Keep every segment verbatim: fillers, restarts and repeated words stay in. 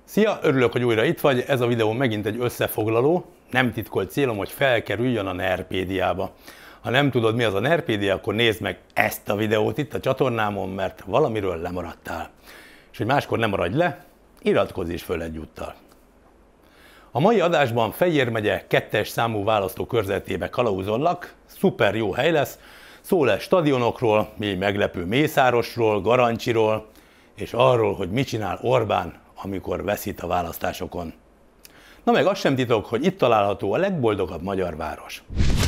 Szia, örülök, hogy újra itt vagy. Ez a videó megint egy összefoglaló. Nem titkolt célom, hogy felkerüljön a Nerpédiába. Ha nem tudod, mi az a Nerpédia, akkor nézd meg ezt a videót itt a csatornámon, mert valamiről lemaradtál. És hogy máskor nem maradj le, iratkozz is föl egyúttal. A mai adásban Fejér megye kettes számú választókörzetébe kalauzollak, szuper jó hely lesz, szó lesz stadionokról, mi meglepő Mészárosról, Garancsiról, és arról, hogy mit csinál Orbán, amikor veszít a választásokon. Na meg az sem titok, hogy itt található a legboldogabb magyar város.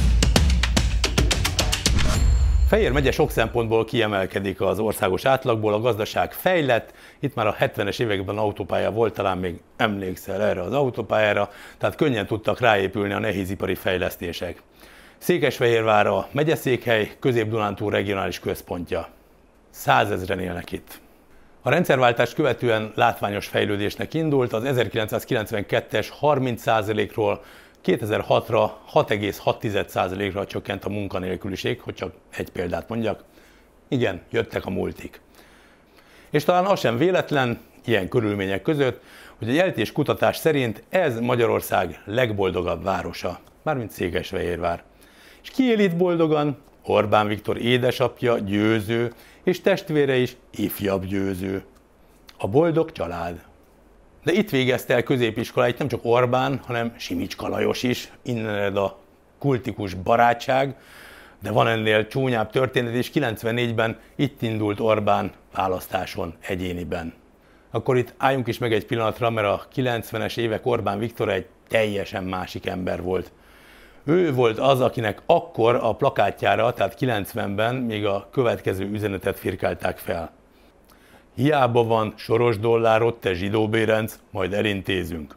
Fejér megye sok szempontból kiemelkedik az országos átlagból, a gazdaság fejlett, itt már a hetvenes években autópálya volt, talán még emlékszel erre az autópályára, tehát könnyen tudtak ráépülni a nehézipari fejlesztések. Székesfehérvár a megyeszékhely, Közép-Dunántúl regionális központja. Százezren élnek itt. A rendszerváltást követően látványos fejlődésnek indult, az ezerkilencszázkilencvenkettes harminc százalékról kétezer-hatra hat egész hat százalékra csökkent a munkanélküliség, hogy csak egy példát mondjak. Igen, jöttek a multik. És talán az sem véletlen, ilyen körülmények között, hogy egy eltés kutatás szerint ez Magyarország legboldogabb városa, mármint Székesfehérvár. És ki él itt boldogan? Orbán Viktor édesapja, Győző, és testvére is ifjabb Győző. A boldog család. De itt végezte el középiskoláit nem csak Orbán, hanem Simicska Lajos is, innen ered a kultikus barátság, de van ennél csúnyább történet, és kilencvennégyben itt indult Orbán választáson egyéniben. Akkor itt álljunk is meg egy pillanatra, mert a kilencvenes évek Orbán Viktor egy teljesen másik ember volt. Ő volt az, akinek akkor a plakátjára, tehát kilencvenben még a következő üzenetet firkálták fel. Hiába van soros dollárod, te zsidó bérenc, majd elintézünk.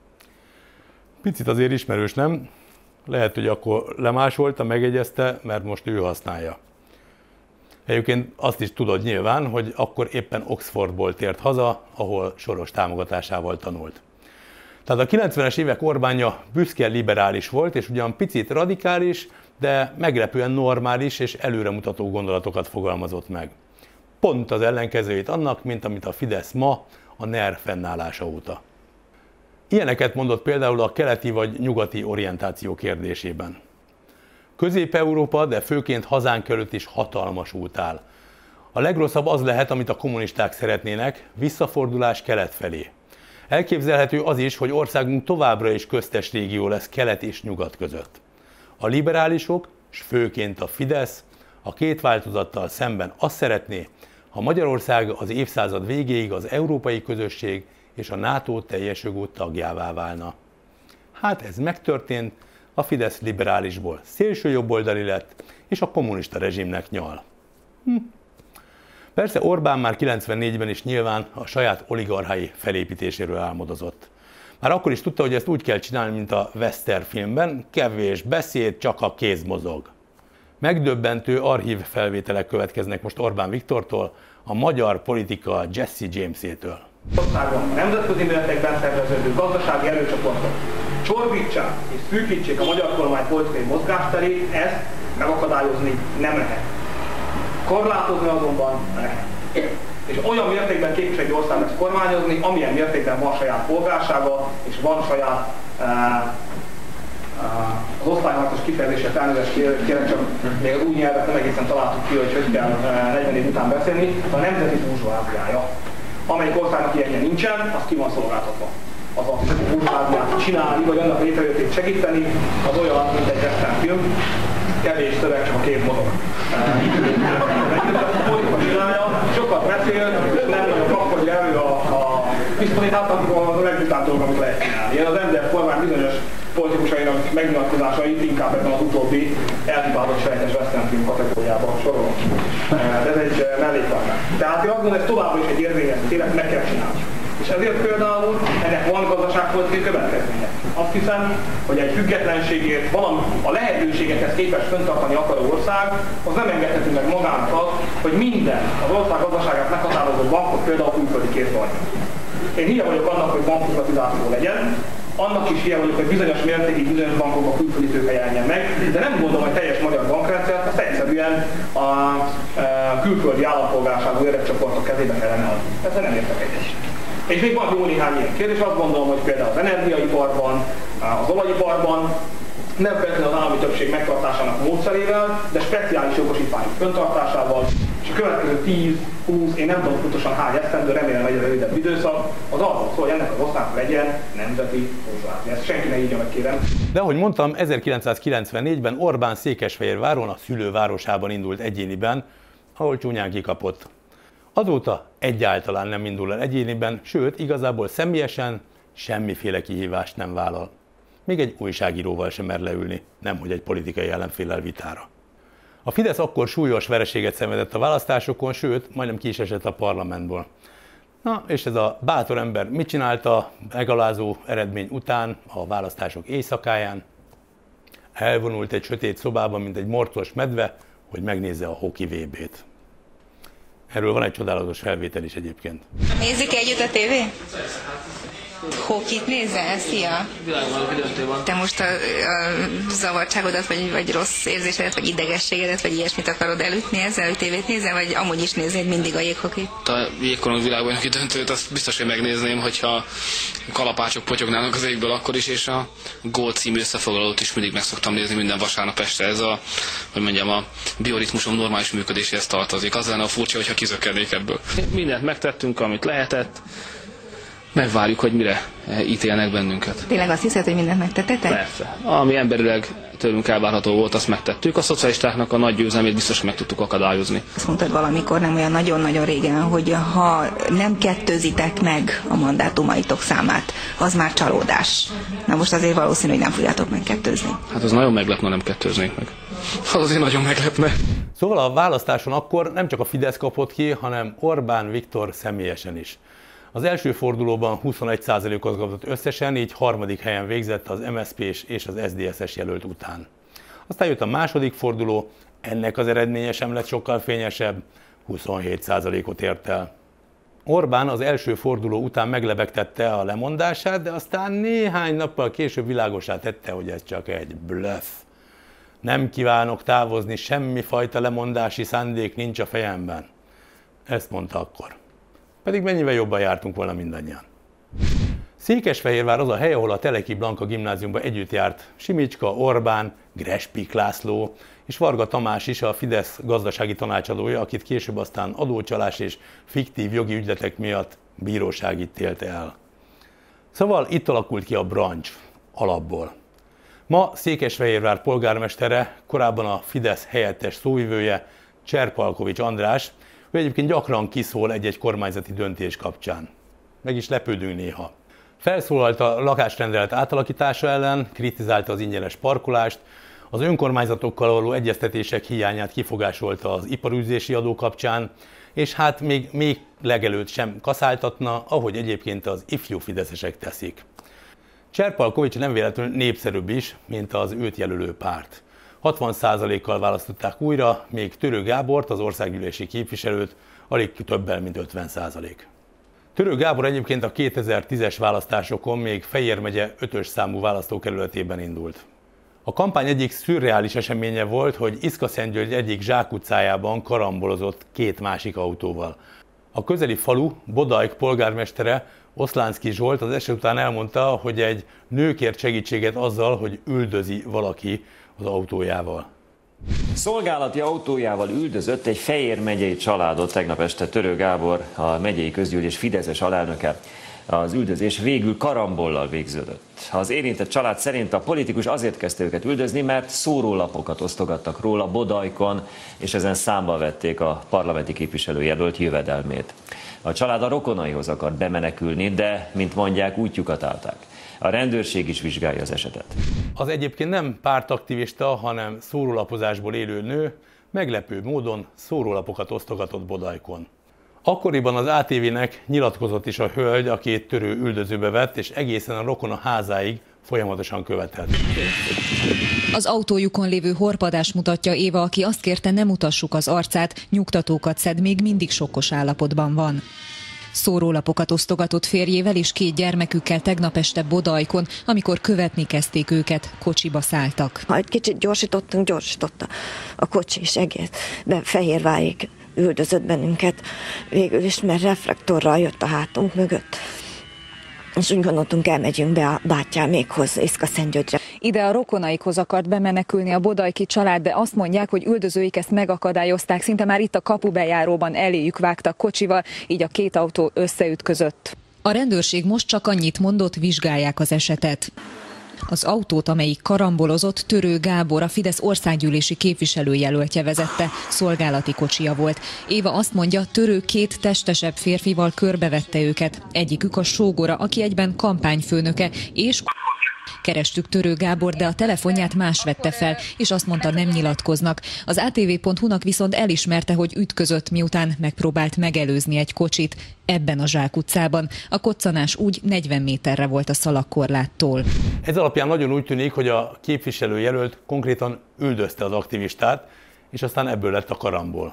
Picit azért ismerős, nem? Lehet, hogy akkor lemásolta, megjegyezte, mert most ő használja. Egyébként azt is tudod nyilván, hogy akkor éppen Oxfordból tért haza, ahol Soros támogatásával tanult. Tehát a kilencvenes évek Orbánja büszke liberális volt, és ugyan picit radikális, de meglepően normális és előremutató gondolatokat fogalmazott meg. Pont az ellenkezőjét annak, mint amit a Fidesz ma, a NER fennállása óta. Ilyeneket mondott például a keleti vagy nyugati orientáció kérdésében. Közép-Európa, de főként hazánk előtt is hatalmas út áll. A legrosszabb az lehet, amit a kommunisták szeretnének, visszafordulás kelet felé. Elképzelhető az is, hogy országunk továbbra is köztes régió lesz kelet és nyugat között. A liberálisok, és főként a Fidesz, a két változattal szemben azt szeretné, ha Magyarország az évszázad végéig az európai közösség és a NATO teljes jogú tagjává válna. Hát ez megtörtént, a Fidesz liberálisból szélsőjobboldali lett, és a kommunista rezsimnek nyal. Hm. Persze Orbán már kilencvennégyben is nyilván a saját oligarchái felépítéséről álmodozott. Már akkor is tudta, hogy ezt úgy kell csinálni, mint a Western filmben, kevés beszéd, csak a kéz mozog. Megdöbbentő archív felvételek következnek most Orbán Viktortól, a magyar politika Jesse Jamesétől. Országban a nemzetközi méretekben szerveződő gazdasági erőcsoportok csorbítsák és szűkítsék a magyar kormány politikai mozgásterét, ezt megakadályozni nem lehet. Korlátozni azonban lehet. És olyan mértékben képes egy ország ezt kormányozni, amilyen mértékben van saját polgársága, és van saját uh, uh, az osztályharcos kifejezéset elnézést kérek, csak még az új nyelvet nem egészen találtuk ki, hogy hogy kell uh, negyven év után beszélni, a nemzeti burzsóáziája. Amelyik országnak ilyenje nincsen, az ki van szolgáltatva. Az a burzsóáziát csinálni, vagy annak létrejöttét segíteni, az olyan, mint egy western film, kevés szöveg, csak a két mozog. A politika csinálja, sokat beszél, és nem nagyon kapkodja elő a, a pisztolytát, akkor az a legbutább dolog, amit lehet csinálni. Én az em dé ef kormány bizonyos politikusainak megnyilatkozásait inkább ebben az utóbbi elhibázott sejtes western film kategóriában sorolom. De ez egy mellékvágás. Tehát én azt gondolom, hogy ez továbbra is egy érvényes cél, meg kell csinálni. És ezért például ennek van gazdaságpolitikai következménye. Azt hiszem, hogy egy függetlenségért, valami a lehetőségekhez képest fenntartani akaró ország, az nem engedheti meg magának az, hogy minden az ország gazdaságát meghatározó bankot például külföldi kézbe adja. Én híve vagyok annak, hogy bankprivatizáció legyen, annak is híve vagyok, hogy bizonyos mértékig bizonyos bankokba külföldi tőke jelenjen meg, de nem gondolom, hogy teljes magyar bankrendszert, azt egyszerűen a, a külföldi állampolgárságú érdekcsoportok kezébe kellene adni. Ezzel nem értek egyet. És még van jó néhány ilyen kérdés, azt gondolom, hogy például az energiaiparban, az olajiparban nem feltétlenül az állami többség megtartásának módszerével, de speciális jogosítványok föntartásával, és a következő tíz, húsz, én nem tudom pontosan hány esztendő, remélem egyre rövidebb időszak, az arról szól, hogy ennek az országnak legyen nemzeti hozzá. Ezt senki ne írja meg, kérem. De ahogy mondtam, ezerkilencszázkilencvennégyben Orbán Székesfehérváron, a szülővárosában indult egyéniben, ahol csúnyán kikapott. Azóta egyáltalán nem indul el egyéniben, sőt, igazából személyesen semmiféle kihívást nem vállal. Még egy újságíróval sem mer leülni, nemhogy egy politikai ellenféllel vitára. A Fidesz akkor súlyos vereséget szenvedett a választásokon, sőt, majdnem ki is esett a parlamentból. Na, és ez a bátor ember mit csinált a megalázó eredmény után, a választások éjszakáján? Elvonult egy sötét szobában, mint egy morcos medve, hogy megnézze a hoki vé bét. Erről van egy csodálatos felvétel is egyébként. Nézzük együtt a tévé? Hokit nézel? Szia! Te most a, a zavartságodat, vagy, vagy rossz érzésedet, vagy idegességedet, vagy ilyesmit akarod elütni ezzel, hogy tévét nézel, vagy amúgy is néznéd mindig a jéghokit? A jégkorong világbajnoki döntőt azt biztos, hogy megnézném, hogyha kalapácsok potyognának az égből akkor is, és a Gól című összefoglalót is mindig meg szoktam nézni minden vasárnap este. Ez a, hogy mondjam, a bioritmusom normális működéséhez tartozik. Az lenne a furcsa, hogyha kizökkennék ebből. Mindent megtettünk, amit lehetett. Megvárjuk, hogy mire ítélnek bennünket. Tényleg azt hiszed, hogy mindent megtettetek? Persze. Ami emberileg tőlünk elvárható volt, azt megtettük. A szocialistáknak a nagy győzelmét biztos, hogy meg tudtuk akadályozni. Azt mondtad valamikor, nem olyan nagyon-nagyon régen, hogy ha nem kettőzitek meg a mandátumaitok számát, az már csalódás. Na most azért valószínű, hogy nem fogjátok megkettőzni. Hát az nagyon meglepne, nem kettőznénk meg. Az azért nagyon meglepne. Szóval a választáson akkor nem csak a Fidesz kapott ki, hanem Orbán Viktor személyesen is. Az első fordulóban huszonegy százalékot kapott összesen, így harmadik helyen végzett az em es zé pés és az es zé dé es-es jelölt után. Aztán jött a második forduló, ennek az eredménye sem lett sokkal fényesebb, huszonhét százalékot ért el. Orbán az első forduló után meglebegtette a lemondását, de aztán néhány nappal később világossá tette, hogy ez csak egy bluff. Nem kívánok távozni, semmifajta lemondási szándék nincs a fejemben. Ezt mondta akkor. Pedig mennyivel jobban jártunk volna mindannyian. Székesfehérvár az a hely, ahol a Teleki Blanka gimnáziumban együtt járt Simicska, Orbán, Grespik László és Varga Tamás is, a Fidesz gazdasági tanácsadója, akit később aztán adócsalás és fiktív jogi ügyletek miatt bíróság ítélte el. Szóval itt alakult ki a brancs alapból. Ma Székesfehérvár polgármestere, korábban a Fidesz helyettes szóvivője, Cserpalkovics András, ő egyébként gyakran kiszól egy-egy kormányzati döntés kapcsán. Meg is lepődünk néha. Felszólalt a lakásrendelet átalakítása ellen, kritizálta az ingyenes parkolást, az önkormányzatokkal való egyeztetések hiányát kifogásolta az iparűzési adó kapcsán, és hát még, még legelőtt sem kaszáltatna, ahogy egyébként az ifjú fideszesek teszik. Cserpalkovics nem véletlenül népszerűbb is, mint az őt jelölő párt. hatvan százalékkal választották újra, még Törő Gábort, az országgyűlési képviselőt, alig többel, mint ötven százalék. Törő Gábor egyébként a kétezer-tízes választásokon még Fejér megye ötös számú választókerületében indult. A kampány egyik szürreális eseménye volt, hogy Iszka-Szentgyörgy egyik zsákutcájában karambolozott két másik autóval. A közeli falu Bodajk polgármestere, Oszlánszky Zsolt az eset után elmondta, hogy egy nő kért segítséget azzal, hogy üldözi valaki az autójával. Szolgálati autójával üldözött egy Fejér megyei családot tegnap este Törő Gábor, a megyei közgyűlés fideszes alelnöke. Az üldözés végül karambollal végződött. Az érintett család szerint a politikus azért kezdte őket üldözni, mert szórólapokat osztogattak róla Bodajkon, és ezen számba vették a parlamenti képviselőjelölt jövedelmét. A család a rokonaihoz akart bemenekülni, de, mint mondják, útjukat állták. A rendőrség is vizsgálja az esetet. Az egyébként nem pártaktivista, hanem szórólapozásból élő nő meglepő módon szórólapokat osztogatott Bodajkon. Akkoriban az á té vének nyilatkozott is a hölgy, akit Törő üldözőbe vett, és egészen a rokona házáig folyamatosan követett. Az autójukon lévő horpadás mutatja Éva, aki azt kérte, ne mutassuk az arcát, nyugtatókat szed, még mindig sokkos állapotban van. Szórólapokat osztogatott férjével és két gyermekükkel tegnap este Bodajkon, amikor követni kezdték őket, kocsiba szálltak. Ha egy kicsit gyorsítottunk, gyorsította a kocsi is egész, de Fehérvárig üldözött bennünket végül is, mert reflektorral jött a hátunk mögött. És úgy gondoltunk, elmegyünk be a bátyámékhoz, Iszka-Szentgyörgyre. Ide a rokonaikhoz akart bemenekülni a Bodajki család, de azt mondják, hogy üldözőik ezt megakadályozták, szinte már itt a kapubejáróban eléjük vágtak kocsival, így a két autó összeütközött. A rendőrség most csak annyit mondott, vizsgálják az esetet. Az autót, amelyik karambolozott, Törő Gábor, a Fidesz országgyűlési képviselőjelöltje vezette, szolgálati kocsija volt. Éva azt mondja, Törő két testesebb férfival körbevette őket. Egyikük a sógora, aki egyben kampányfőnöke, és kerestük Törő Gábor, de a telefonját más vette fel, és azt mondta, nem nyilatkoznak. Az á té vé pont hu-nak viszont elismerte, hogy ütközött, miután megpróbált megelőzni egy kocsit ebben a zsákutcában. A koccanás úgy negyven méterre volt a szalagkorláttól. Ez alapján nagyon úgy tűnik, hogy a képviselőjelölt konkrétan üldözte az aktivistát, és aztán ebből lett a karambol.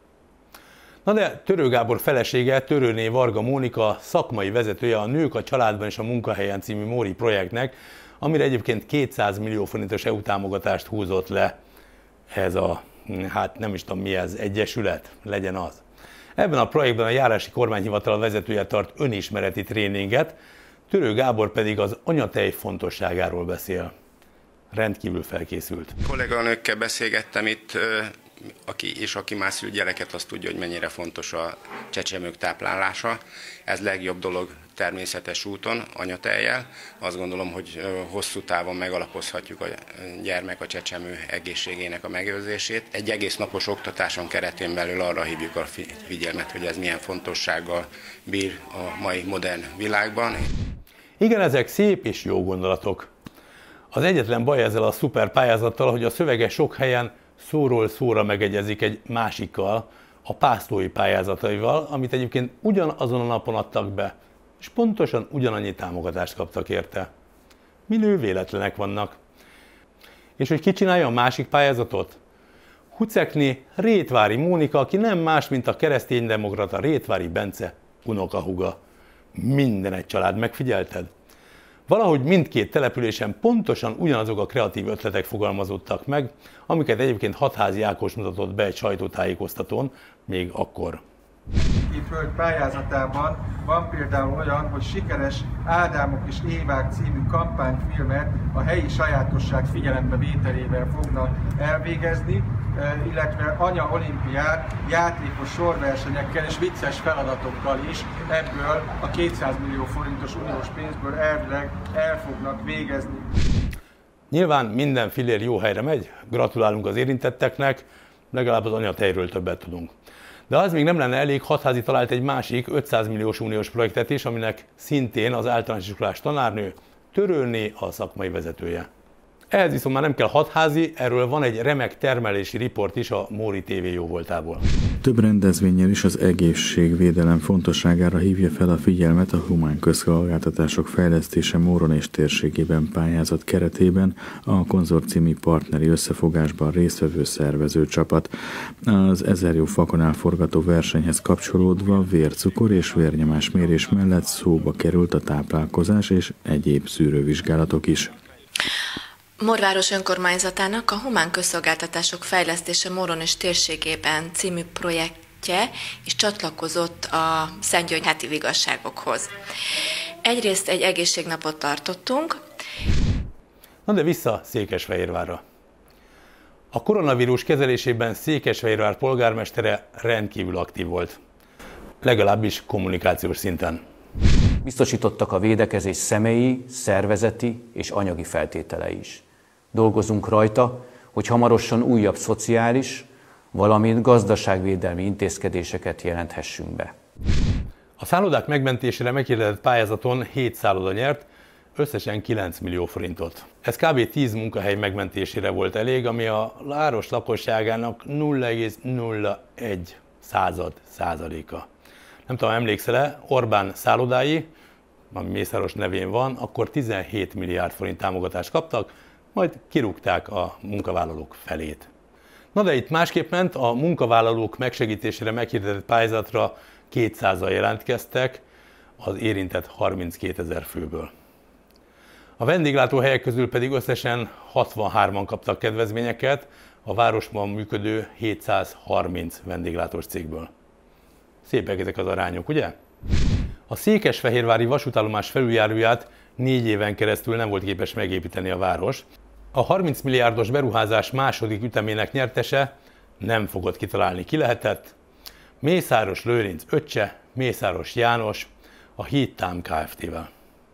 Na de Törő Gábor felesége, Törőné Varga Mónika, szakmai vezetője a Nők a családban és a munkahelyen című Móri projektnek, amire egyébként kétszáz millió forintos é u támogatást húzott le ez a, hát nem is tudom mi ez, egyesület, legyen az. Ebben a projektben a járási kormányhivatal vezetője tart önismereti tréninget, Törő Gábor pedig az anyatej fontosságáról beszél. Rendkívül felkészült. Kolléganőkkel beszélgettem itt, aki, és aki már szül gyereket, azt tudja, hogy mennyire fontos a csecsemők táplálása. Ez legjobb dolog természetes úton, anyatejjel. Azt gondolom, hogy hosszú távon megalapozhatjuk a gyermek, a csecsemő egészségének a megőrzését. Egy egész napos oktatáson keretén belül arra hívjuk a figyelmet, hogy ez milyen fontossággal bír a mai modern világban. Igen, ezek szép és jó gondolatok. Az egyetlen baj ezzel a szuper pályázattal, hogy a szövege sok helyen szóról szóra megegyezik egy másikkal, a pásztói pályázataival, amit egyébként ugyanazon a napon adtak be, és pontosan ugyanannyi támogatást kaptak érte. Minő véletlenek vannak. És hogy ki csinálja a másik pályázatot? Hucekné Rétvári Mónika, aki nem más, mint a kereszténydemokrata Rétvári Bence unokahuga. Minden egy család, megfigyelted? Valahogy mindkét településen pontosan ugyanazok a kreatív ötletek fogalmazódtak meg, amiket egyébként Hatházi Ákos mutatott be egy sajtótájékoztatón, még akkor. Itt Föld pályázatában van például olyan, hogy sikeres Ádámok és Évák című kampányfilmet a helyi sajátosság figyelembe vételével fognak elvégezni, illetve anya olimpiát játékos sorversenyekkel és vicces feladatokkal is ebből a kétszáz millió forintos uniós pénzből elvileg el fognak végezni. Nyilván minden fillér jó helyre megy, gratulálunk az érintetteknek, legalább az anyatejről többet tudunk. De az még nem lenne elég, Hatházi talált egy másik ötszáz milliós uniós projektet is, aminek szintén az általános iskolás tanárnő, Törőné a szakmai vezetője. Ehhez viszont már nem kell Hatházi, erről van egy remek termelési riport is a Móri té vé jóvoltából. Több rendezvényen is az egészségvédelem fontosságára hívja fel a figyelmet a humán közszolgáltatások fejlesztése Móron és térségében pályázat keretében a konzorciumi partneri összefogásban résztvevő szervező csapat. Az Ezer jó fakonál forgató versenyhez kapcsolódva vércukor és vérnyomás mérés mellett szóba került a táplálkozás és egyéb szűrővizsgálatok is. Morváros önkormányzatának a Humán Közszolgáltatások Fejlesztése Móron és térségében című projektje is csatlakozott a Szentgyörgy heti vigasságokhoz. Egyrészt egy egészségnapot tartottunk. Na de vissza Székesfehérvárra. A koronavírus kezelésében Székesfehérvár polgármestere rendkívül aktív volt. Legalábbis kommunikációs szinten. Biztosítottak a védekezés személyi, szervezeti és anyagi feltételei is. Dolgozunk rajta, hogy hamarosan újabb szociális, valamint gazdaságvédelmi intézkedéseket jelenthessünk be. A szállodák megmentésére meghirdetett pályázaton hét szálloda nyert, összesen kilenc millió forintot. Ez kb. tíz munkahely megmentésére volt elég, ami a város lakosságának nulla egész nulla egy század százaléka. Nem tudom, emlékszel-e, Orbán szállodái, ami Mészáros nevén van, akkor tizenhét milliárd forint támogatást kaptak, majd kirúgták a munkavállalók felét. Na de itt másképp ment, a munkavállalók megsegítésére meghirdetett pályázatra kétszázan jelentkeztek az érintett harminckétezer főből. A vendéglátóhelyek közül pedig összesen hatvanhárman kaptak kedvezményeket a városban működő hétszázharminc vendéglátós cégből. Szépek ezek az arányok, ugye? A székesfehérvári vasútállomás felüljáróját négy éven keresztül nem volt képes megépíteni a város. A harminc milliárdos beruházás második ütemének nyertese nem fogott kitalálni, ki lehetett. Mészáros Lőrinc öccse, Mészáros János, a Hídtám Kft-vel.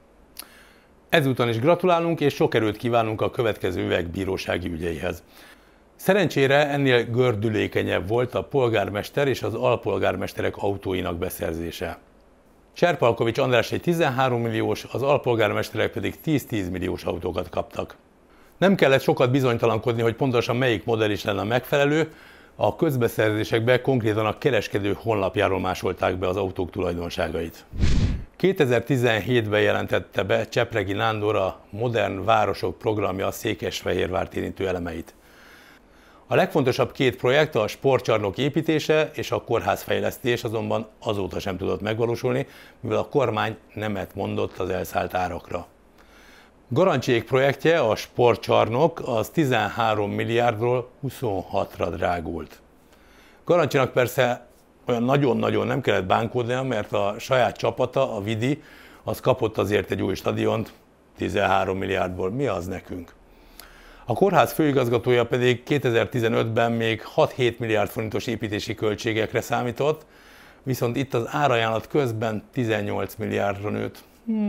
Ezúton is gratulálunk és sok erőt kívánunk a következő üvegbírósági ügyeihez. Szerencsére ennél gördülékenyebb volt a polgármester és az alpolgármesterek autóinak beszerzése. Cserpalkovics András egy tizenhárom milliós, az alpolgármesterek pedig tíz-tíz milliós autókat kaptak. Nem kellett sokat bizonytalankodni, hogy pontosan melyik modell is lenne megfelelő, a közbeszerzésekbe konkrétan a kereskedő honlapjáról másolták be az autók tulajdonságait. kétezer-tizenhétben jelentette be Csepregi Nándor a Modern Városok programja Székesfehérvárt érintő elemeit. A legfontosabb két projekt, a sportcsarnok építése és a kórházfejlesztés azonban azóta sem tudott megvalósulni, mivel a kormány nemet mondott az elszállt árakra. Garancsiék projektje, a sportcsarnok, az tizenhárom milliárdról huszonhatra drágult. Garancsinak persze olyan nagyon-nagyon nem kellett bánkódnia, mert a saját csapata, a Vidi, az kapott azért egy új stadiont tizenhárom milliárdból. Mi az nekünk? A kórház főigazgatója pedig kétezer-tizenötben még hat-hét milliárd forintos építési költségekre számított, viszont itt az árajánlat közben tizennyolc milliárdra nőtt. Hm.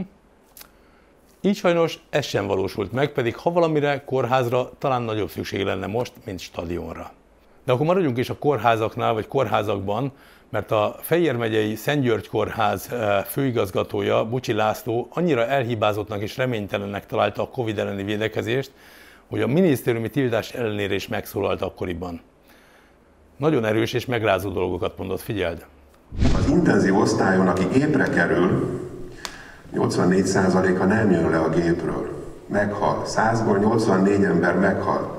Így sajnos ez sem valósult meg, pedig ha valamire, kórházra talán nagyobb szükség lenne most, mint stadionra. De akkor maradjunk is a kórházaknál, vagy kórházakban, mert a Fejér megyei Szent György kórház főigazgatója, Bucsi László annyira elhibázottnak és reménytelennek találta a Covid elleni védekezést, hogy a minisztériumi tiltás ellenére is megszólalt akkoriban. Nagyon erős és megrázó dolgokat mondott, figyeld! Az intenzív osztályon, aki gépre kerül, nyolcvannégy százaléka nem jön le a gépről. Meghal. százból nyolcvannégy ember meghal.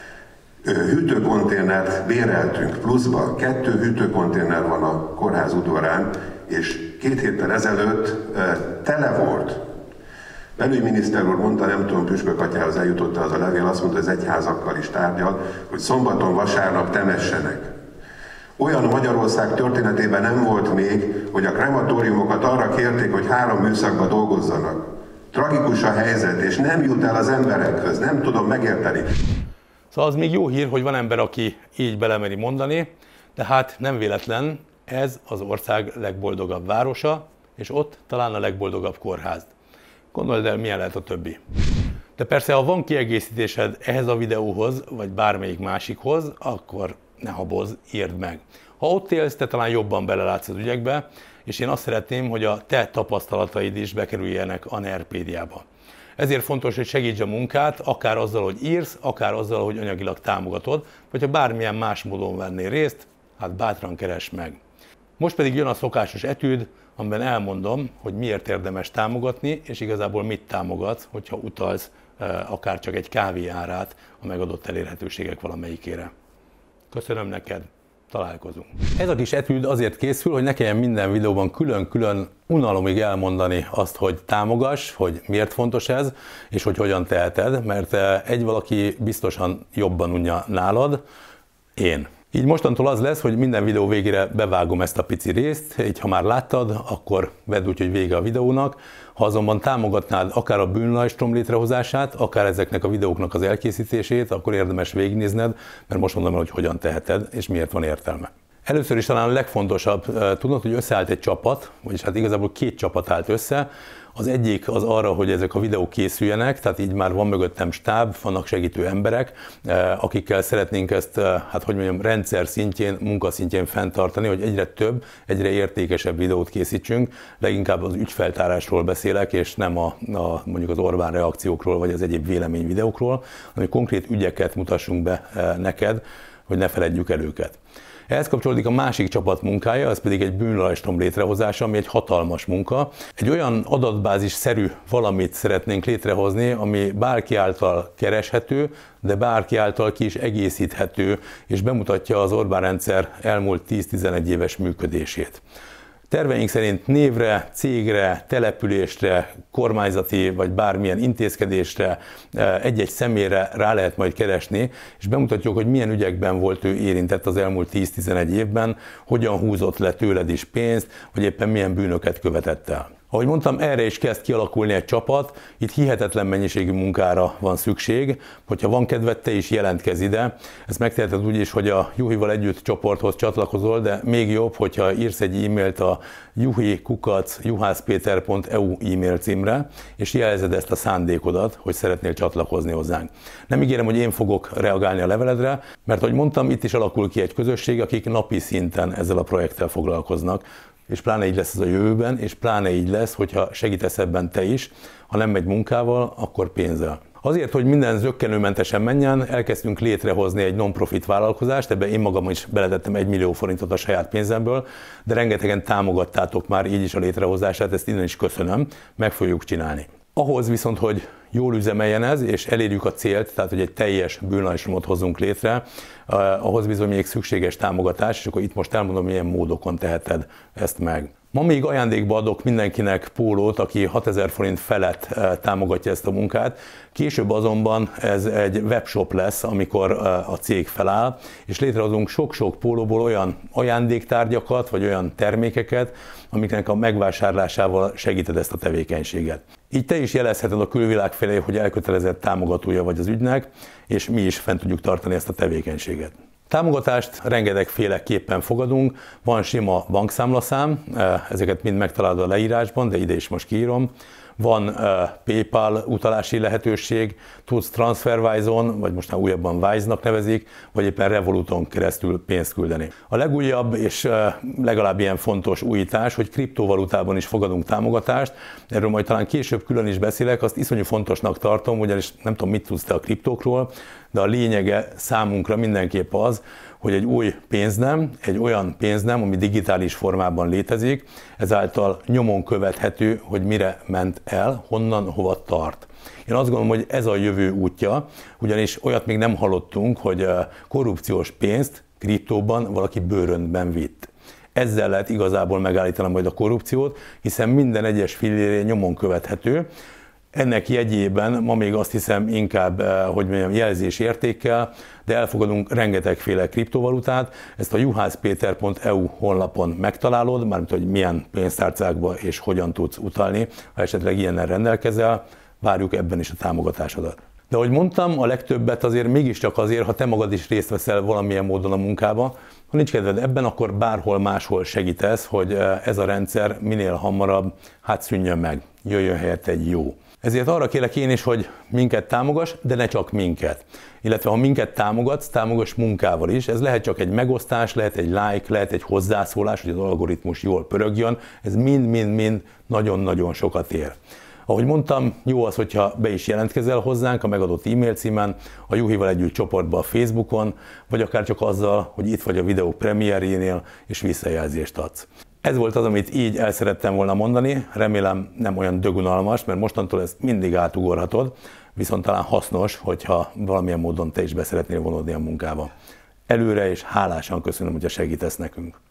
Hűtőkonténert béreltünk pluszba. Kettő hűtőkonténer van a kórház udvarán, és két héttel ezelőtt tele volt. Belügyminiszter úr mondta, nem tudom, Püspök atyához eljutott az a levél, azt mondta, hogy az egyházakkal is tárgyal, hogy szombaton, vasárnap temessenek. Olyan Magyarország történetében nem volt még, hogy a krematóriumokat arra kérték, hogy három műszakban dolgozzanak. Tragikus a helyzet, és nem jut el az emberekhöz, nem tudom megérteni. Szóval az még jó hír, hogy van ember, aki így belemeri mondani, de hát nem véletlen, ez az ország legboldogabb városa, és ott talán a legboldogabb kórház. Gondold el, milyen lehet a többi. De persze, ha van kiegészítésed ehhez a videóhoz, vagy bármelyik másikhoz, akkor ne habozz, írd meg. Ha ott élsz, te talán jobban belelátsz az ügyekbe, és én azt szeretném, hogy a te tapasztalataid is bekerüljenek a Nerpédiába. Ezért fontos, hogy segíts a munkát, akár azzal, hogy írsz, akár azzal, hogy anyagilag támogatod, vagy ha bármilyen más módon vennél részt, hát bátran keresd meg. Most pedig jön a szokásos etűd, amiben elmondom, hogy miért érdemes támogatni, és igazából mit támogatsz, hogyha utalsz akár csak egy kávé árát a megadott elérhetőségek valamelyikére. Köszönöm neked, találkozunk. Ez a kis etűd azért készül, hogy ne kelljen minden videóban külön-külön unalomig elmondani azt, hogy támogass, hogy miért fontos ez, és hogy hogyan teheted, mert egy valaki biztosan jobban unja nálad, én. Így mostantól az lesz, hogy minden videó végére bevágom ezt a pici részt, így ha már láttad, akkor vedd úgy, hogy vége a videónak. Ha azonban támogatnád akár a bűnlajstrom létrehozását, akár ezeknek a videóknak az elkészítését, akkor érdemes végignézned, mert most mondom el, hogy hogyan teheted, és miért van értelme. Először is talán a legfontosabb, tudnod, hogy összeállt egy csapat, vagyis hát igazából két csapat állt össze. Az egyik az arra, hogy ezek a videók készüljenek, tehát így már van mögöttem stáb, vannak segítő emberek, akikkel szeretnénk ezt, hát hogy mondjam, rendszer szintjén, munkaszintjén fenntartani, hogy egyre több, egyre értékesebb videót készítsünk. Leginkább az ügyfeltárásról beszélek, és nem a, a mondjuk az Orbán reakciókról, vagy az egyéb véleményvideókról, hanem konkrét ügyeket mutassunk be neked, hogy ne feledjük el őket. Ehhez kapcsolódik a másik csapat munkája, az pedig egy bűnlajstrom létrehozása, ami egy hatalmas munka. Egy olyan adatbázis-szerű valamit szeretnénk létrehozni, ami bárki által kereshető, de bárki által ki is egészíthető, és bemutatja az Orbán rendszer elmúlt tíz-tizenegy éves működését. Terveink szerint névre, cégre, településre, kormányzati vagy bármilyen intézkedésre, egy-egy személyre rá lehet majd keresni, és bemutatjuk, hogy milyen ügyekben volt ő érintett az elmúlt tíz-tizenegy évben, hogyan húzott le tőled is pénzt, vagy éppen milyen bűnöket követett el. Ahogy mondtam, erre is kezd kialakulni egy csapat, itt hihetetlen mennyiségű munkára van szükség, hogyha van kedved, te is jelentkezz ide. Ezt megteheted úgy is, hogy a Juhival együtt csoporthoz csatlakozol, de még jobb, hogyha írsz egy e-mailt a juhi kukac juhászpéter pont e u e-mail címre, és jelzed ezt a szándékodat, hogy szeretnél csatlakozni hozzánk. Nem ígérem, hogy én fogok reagálni a leveledre, mert ahogy mondtam, itt is alakul ki egy közösség, akik napi szinten ezzel a projekttel foglalkoznak, és pláne így lesz ez a jövőben, és pláne így lesz, hogyha segítesz ebben te is, ha nem megy munkával, akkor pénzzel. Azért, hogy minden zökkenőmentesen menjen, elkezdtünk létrehozni egy non-profit vállalkozást, ebbe én magam is beletettem egy millió forintot a saját pénzemből, de rengetegen támogattátok már így is a létrehozását, ezt innen is köszönöm, meg fogjuk csinálni. Ahhoz viszont, hogy jól üzemeljen ez, és elérjük a célt, tehát hogy egy teljes bűnlajstromot hozzunk létre, ahhoz bizony még szükséges támogatás, és akkor itt most elmondom, milyen módokon teheted ezt meg. Ma még ajándékba adok mindenkinek pólót, aki hatezer forint felett támogatja ezt a munkát. Később azonban ez egy webshop lesz, amikor a cég feláll, és létrehozunk sok-sok pólóból olyan ajándéktárgyakat, vagy olyan termékeket, amiknek a megvásárlásával segíted ezt a tevékenységet. Így te is jelezheted a külvilág felé, hogy elkötelezett támogatója vagy az ügynek, és mi is fent tudjuk tartani ezt a tevékenységet. Támogatást rengetegféleképpen fogadunk, van sima bankszámlaszám, ezeket mind megtalálod a leírásban, de ide is most kiírom. Van uh, PayPal utalási lehetőség, tudsz TransferWise-on, vagy most már újabban Wise-nak nevezik, vagy éppen Revoluton keresztül pénzt küldeni. A legújabb és uh, legalább ilyen fontos újítás, hogy kriptovalutában is fogadunk támogatást, erről majd talán később külön is beszélek, azt iszonyú fontosnak tartom, ugyanis nem tudom, mit tudsz te a kriptókról, de a lényege számunkra mindenképp az, hogy egy új pénznem, egy olyan pénznem, ami digitális formában létezik, ezáltal nyomon követhető, hogy mire ment el, honnan, hova tart. Én azt gondolom, hogy ez a jövő útja, ugyanis olyat még nem hallottunk, hogy korrupciós pénzt kriptóban valaki bőröntben vitt. Ezzel lehet igazából megállítani majd a korrupciót, hiszen minden egyes fillérje nyomon követhető. Ennek jegyében ma még azt hiszem inkább, hogy mondjam, jelzésértékkel, de elfogadunk rengetegféle kriptovalutát. Ezt a juhászpéter pont e u honlapon megtalálod, mármint hogy milyen pénztárcákba és hogyan tudsz utalni, ha esetleg ilyennel rendelkezel, várjuk ebben is a támogatásodat. De ahogy mondtam, a legtöbbet azért mégiscsak azért, ha te magad is részt veszel valamilyen módon a munkába, ha nincs kedved ebben, akkor bárhol máshol segítesz, hogy ez a rendszer minél hamarabb hát szűnjön meg, jöjjön helyett egy jó. Ezért arra kérlek én is, hogy minket támogass, de ne csak minket. Illetve ha minket támogatsz, támogass munkával is. Ez lehet csak egy megosztás, lehet egy like, lehet egy hozzászólás, hogy az algoritmus jól pörögjön. Ez mind-mind-mind nagyon-nagyon sokat ér. Ahogy mondtam, jó az, hogyha be is jelentkezel hozzánk a megadott e-mail címen, a Juhival együtt csoportba a Facebookon, vagy akár csak azzal, hogy itt vagy a videó premierjénél, és visszajelzést adsz. Ez volt az, amit így el szerettem volna mondani, remélem nem olyan dögunalmas, mert mostantól ezt mindig átugorhatod, viszont talán hasznos, hogyha valamilyen módon te is be szeretnél vonódni a munkába. Előre és hálásan köszönöm, hogyha segítesz nekünk.